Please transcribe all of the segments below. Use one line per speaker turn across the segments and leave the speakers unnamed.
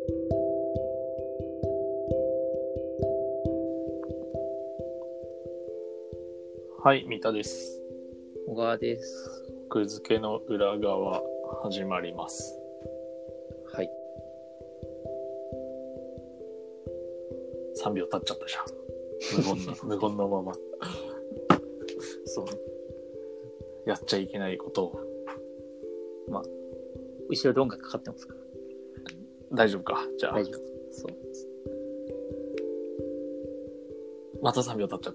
はい、三田です。
小川です。
奥付けの裏側始まります。
はい。
3秒経っちゃったじゃん。無言のまま。
そうね。
やっちゃいけないことを。
まあ、後ろで音楽かかってますから。
大丈夫か。じゃあ。
大丈夫。そう。
また3秒経っちゃった。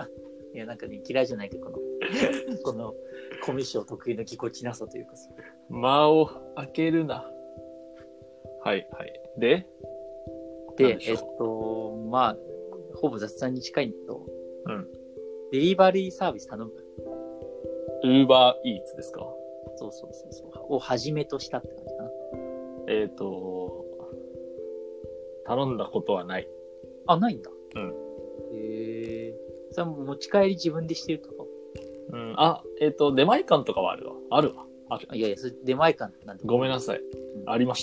いや、なんかね、嫌いじゃないけど、このコミュ障特有のぎこちなさというかさ。
間を開けるな。はいはい。で、
まあ、ほぼ雑談に近いんだけど、
うん。
デリバリーサービス頼む。
Uber Eats ですか？
そう。をはじめとしたって感じかな。
頼んだことはない。
あ、ないんだ。
うん。
それは持ち帰り自分でしてるとか。
うん。出前館とかはあるわ。ある。
いや、それ出前館なんて。
ごめんなさい。ありました。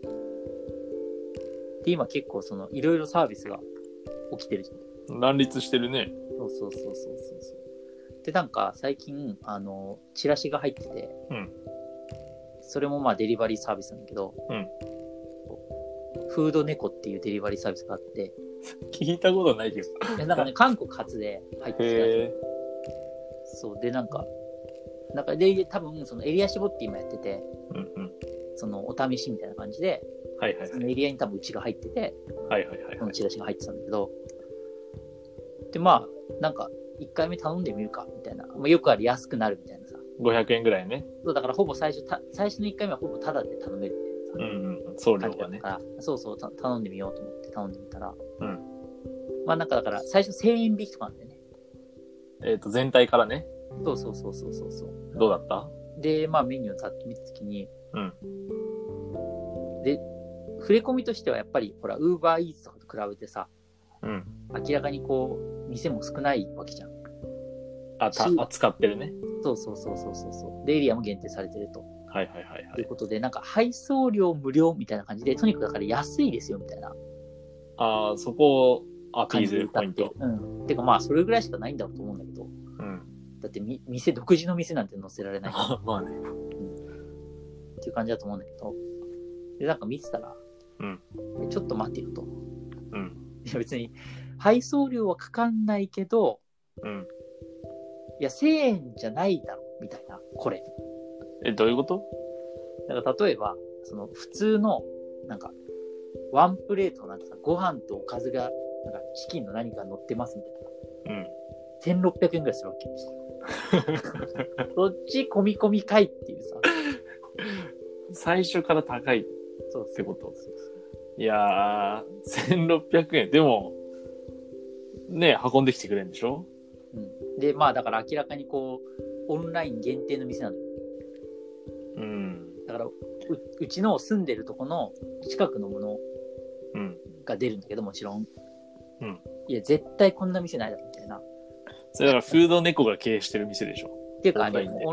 で、今結構いろいろサービスが起きてるじゃん。
乱立してるね。
そう。で、なんか最近、チラシが入ってて、
うん。そ
れもまあデリバリーサービスなんだけど、
うん。
フードネコっていうデリバリーサービスがあって、
聞いたことないけど。
なんかね、韓国初で入ってて、そう、で、なんかで、多分エリア絞って今やってて、お試しみたいな感じで、そのエリアに多分うちが入ってて、このチラシが入ってたんだけど、で、まあ、なんか、1回目頼んでみるか、みたいな。まあ、よくある安くなるみたいなさ。
500円ぐらいね。
そう、だからほぼ最初の1回目はほぼタダで頼めるみたいなさ。
送料がね。
そう、頼んでみようと思って頼んでみたら。まあなんかだから、最初1000円引きとかなんだよね。
全体からね。
そう。
どうだった？
で、まあメニューをざっと見たときに、で、触れ込みとしてはやっぱり、ほら、Uber Eats とかと比べてさ、明らかに店も少ないわけじゃん。
扱ってるね。
そう。で、エリアも限定されてると。ということで、なんか配送料無料みたいな感じで、とにかくだから安いですよみたいな。
そこをアピールポイント。
てかまあ、それぐらいしかないんだろうと思うんだけど。だって独自の店なんて載せられないから。
まあね。
っていう感じだと思うんだけど。で、なんか見てたら、ちょっと待ってよと。いや別に、配送料はかかんないけど、いや、1000円じゃないだろ、みたいな、これ。
どういうこと？
だから例えば、普通の、なんか、ワンプレートなんかさ、ご飯とおかずが、なんか、チキンの何か乗ってますみたいな。1600円ぐらいするわけ。そっち込み込みかいっていうさ。
最初から高いってこと？いやー、1600円。でも、ね、運んできてくれるんでしょ？
で、まあだから明らかにオンライン限定の店なのよ。だからうちの住んでるとこの近くのものが出るんだけど、もちろん。いや、絶対こんな店ないだろ、みたいな。
それだからフードネコが経営してる店でしょ？
っていうか、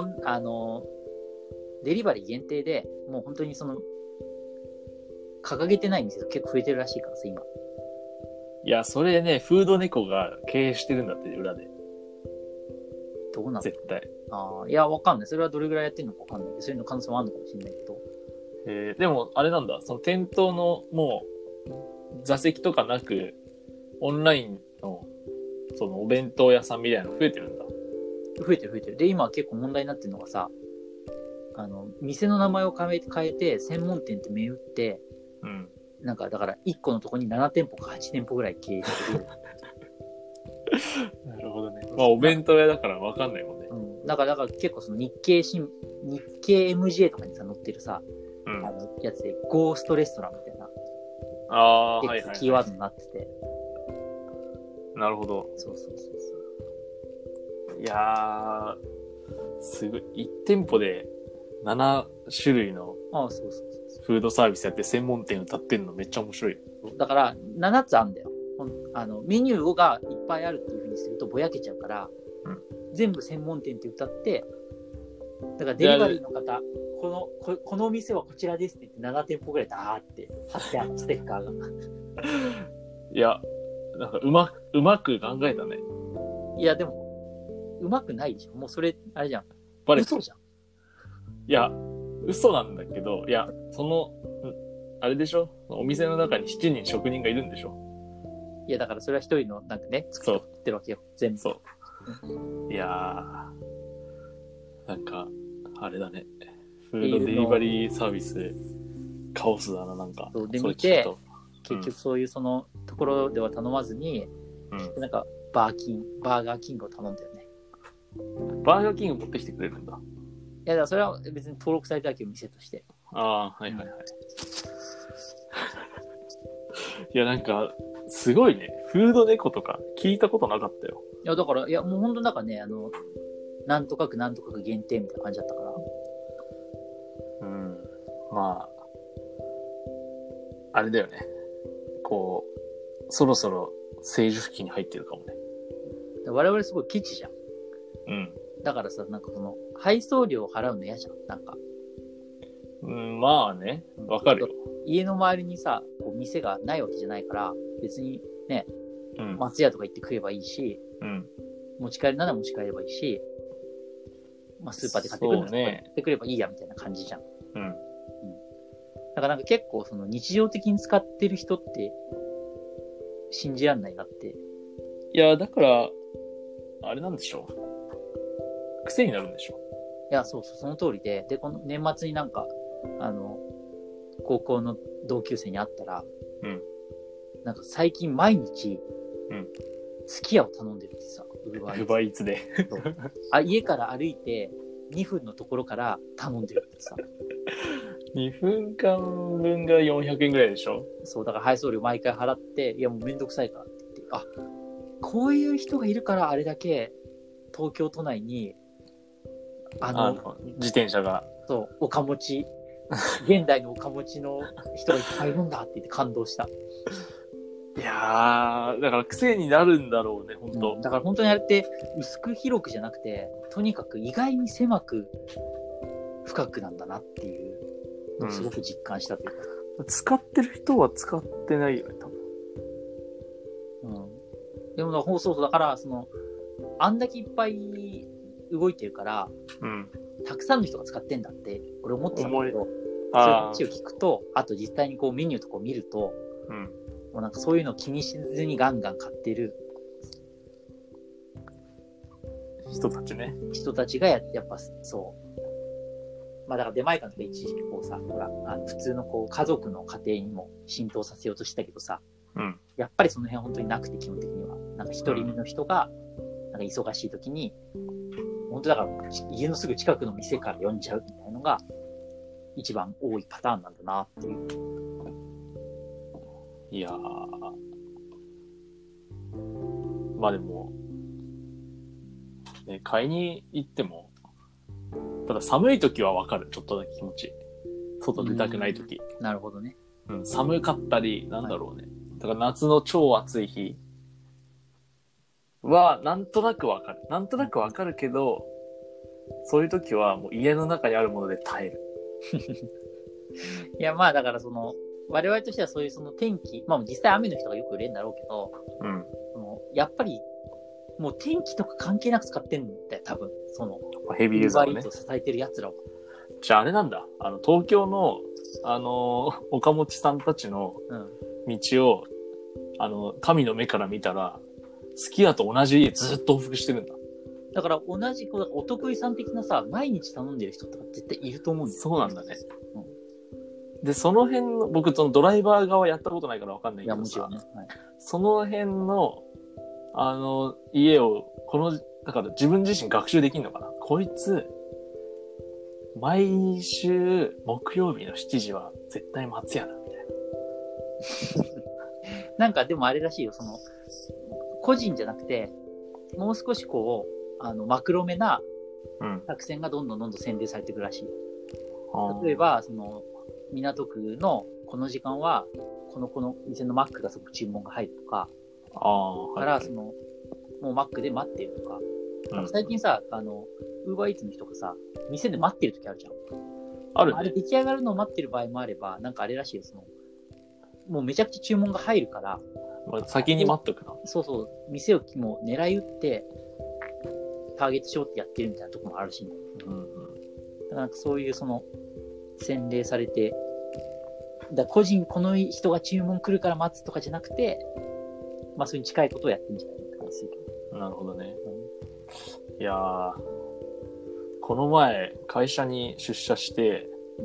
デリバリー限定で、もう本当に掲げてない店が結構増えてるらしいからさ、今。
いや、それね、フードネコが経営してるんだって、裏で。
どうなの？
絶対。
いや、わかんない。それはどれぐらいやってるのかわかんないけど、そういうの可能性もあるのかもしれないけど。
でも、あれなんだ。その店頭のもう、座席とかなく、オンラインの、お弁当屋さんみたいなの増えてるんだ。
増えてる。で、今結構問題になってるのがさ、店の名前を変えて、専門店って銘打って、なんか、だから、1個のとこに7店舗か8店舗ぐらい経営してる。
なるほどね。まあ、お弁当屋だから分かんないもんね。
だから結構日経 MJ とかにさ、載ってるさ、やつで、ゴーストレストランみたいな。キーワードになってて。
なるほど。
そう。
いやー、すごい。1店舗で7種類のフードサービスやって専門店歌ってんのめっちゃ面白い。
だから7つあんだよ。メニューがいっぱいあるっていう風にするとぼやけちゃうから、全部専門店って歌って、だからデリバリーの方、 このお店はこちらですって言って7店舗ぐらいダーって貼ってあるステッカーが。
いや、なんかうまく考えたね。
いや、でも、うまくないでしょ。もうそれ、あれじゃん。嘘じゃん。
いや、嘘なんだけど、いや、あれでしょ、お店の中に7人職人がいるんでしょ。
いや、だからそれは一人の、なんかね、作ってるわけよ。全部。
そう。いやー、なんか、あれだね。フードデリバリーサービス、カオスだな、なんか。
そうで見て、結局そういうそのところでは頼まずに、なんかバーガーキングを頼んだよね。
バーガーキング持ってきてくれるんだ。
いや、だからそれは別に登録されたわけよ、店として。
ああ、はいはいはい。いや、なんか、すごいね。フード猫とか聞いたことなかったよ。
いや、だから、いや、もう本当なんかね、なんとかくなんとかく限定みたいな感じだったから。
まあ、あれだよね。こう、そろそろ政治付近に入ってるかもね。
我々すごいケチじゃん。
うん。
だからさ、なんかその、配送料を払うの嫌じゃん。なんか。
まあね、わかるよ。
家の周りにさ、こう店がないわけじゃないから、別にね、松屋とか行って食えばいいし、持ち帰りなら持ち帰ればいいし、まあスーパーで買ってくるんだったら買ってくればいいやみたいな感じじゃん。だからなんか結構その日常的に使ってる人って信じらんないなって。
いや、だから、あれなんでしょう。癖になるんでしょ。
いや、そうそう、その通りで、この年末になんか、高校の同級生に会ったら、なんか最近毎日、すき家を頼んでるってさ、
ウーバーイーツで。
家から歩いて2分のところから頼んでるってさ。
2分間分が400円ぐらいでしょ。
そう、だから配送料毎回払って、いやもうめんどくさいからって言って、こういう人がいるからあれだけ東京都内に、
自転車が。
そう、おかもち、現代のおかもちの人がいっぱいいるんだって言って感動した。
いやー、だから癖になるんだろうね、本当、
だから本当にあれって薄く広くじゃなくて、とにかく意外に狭く深くなんだなっていうのをすごく実感したというか、
使ってる人は使ってないよね、多分。
でもそうだからそのあんだけいっぱい動いてるから、たくさんの人が使ってんだって俺思ってたんだけど、そういう話を聞くと、あと実際にこうメニューとかを見ると、もうなんかそういうのを気にしずにガンガン買ってる
人たちね。
人たちがやっぱそう。まあだから出前館とか一時期こうさ、ほら普通のこう家族の家庭にも浸透させようとしたけどさ、やっぱりその辺本当になくて、基本的にはなんか一人身の人がなんか忙しい時に、本当だから家のすぐ近くの店から呼んじゃうみたいなのが一番多いパターンなんだなっていう。
いやー、まあでも、ね、買いに行っても、ただ寒い時はわかる、ちょっとだけ気持ち。外出たくない時。
なるほどね。
寒かったり、なんだろうね。だから夏の超暑い日は、なんとなくわかる。なんとなくわかるけど、そういう時はもう家の中にあるもので耐える。
いや、まあだからその、我々としてはそういうその天気、まあ実際雨の人がよく売れるんだろうけど、やっぱりもう天気とか関係なく使ってんだよ、多分。その、
ヘビーユーザーをね。
ウーバーイーツを支えてる奴らは。
じゃああれなんだ。東京の、おかもちさんたちの道を、神の目から見たら、すき家と同じ家ずっと往復してるんだ。
だから同じ、お得意さん的なさ、毎日頼んでる人とか絶対いると思うんだよ。
そうなんだね。で、その辺の、僕そのドライバー側やったことないからわかんないけどさ、いやもちろんね、その辺の、家を、だから自分自身学習できんのかな。こいつ、毎週木曜日の7時は絶対松屋だ、みたいな。
なんかでもあれらしいよ、その、個人じゃなくて、もう少しこう、マクロめな作戦がどんどん洗練されていくらしい。例えば、その、港区のこの時間は、この店のマックがすごく注文が入るとか、から、その、もうマックで待ってるとか、最近さ、ウーバーイーツの人がさ、店で待ってる時あるじゃん。
あるね。
あれ出来上がるのを待ってる場合もあれば、なんかあれらしいよ、もうめちゃくちゃ注文が入るから、
まあ、先に待っとくな。
そうそう、店をもう狙い撃って、ターゲットしようってやってるみたいなところもあるし、ね、うんうん。だからなんかそういう洗礼されて、個人この人が注文来るから待つとかじゃなくて、まあそれに近いことをやってるんじゃないかって感じするけ
ど。なるほどね。いやー、この前会社に出社して、うん、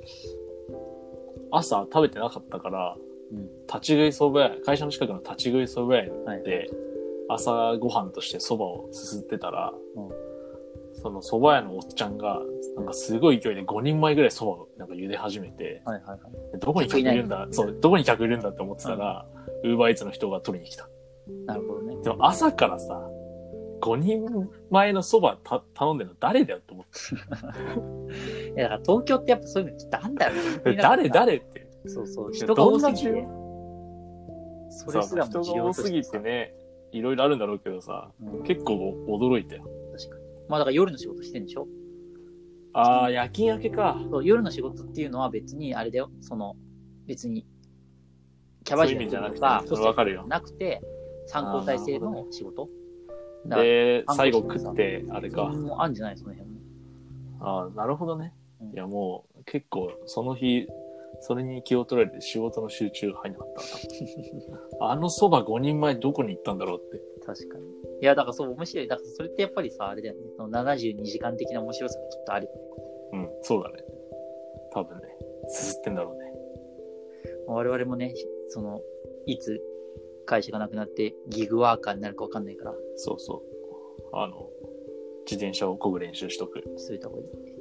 朝食べてなかったから、うん、立ち食い蕎麦屋、会社の近くの立ち食い蕎麦屋で、朝ごはんとして蕎麦をすすってたら、その蕎麦屋のおっちゃんが、なんかすごい勢いで5人前ぐらい蕎麦をなんか茹で始めて、はいはいはい、どこに客いるんだそう、どこに客いるんだって思ってたら、ウーバーイーツの人が取りに来た。
なるほどね。
でも朝からさ、5人前の蕎麦頼んでるの誰だよって思って。
いや、だから東京ってやっぱそういうのなんだよね。
誰って。
そうそう、人が多すぎて。
それすらも人が多すぎてね、いろいろあるんだろうけどさ、結構驚いたよ。
確かに。まあだから夜の仕事してんでしょ？
ああ、夜勤明けか。
そう夜の仕事っていうのは別にあれだよ。別にキャバ嬢とか
わかるよ。
なくて参考体制の仕事。
で、最後食ってあれか。
もうあんじゃないその辺も。
ああ、なるほどね。いやもう結構その日それに気を取られて仕事の集中が入んなかったあの蕎麦5人前どこに行ったんだろうって。
確かに。いやだからそう面白い。だからそれってやっぱりさあれだよね。その72時間的な面白さがきっとあるよね。
うん、そうだね。多分ね、すすってんだろうね。
我々もね、いつ会社がなくなってギグワーカーになるか分かんないから。
そうそう。自転車を漕ぐ練習しとく。
そういった方がいい。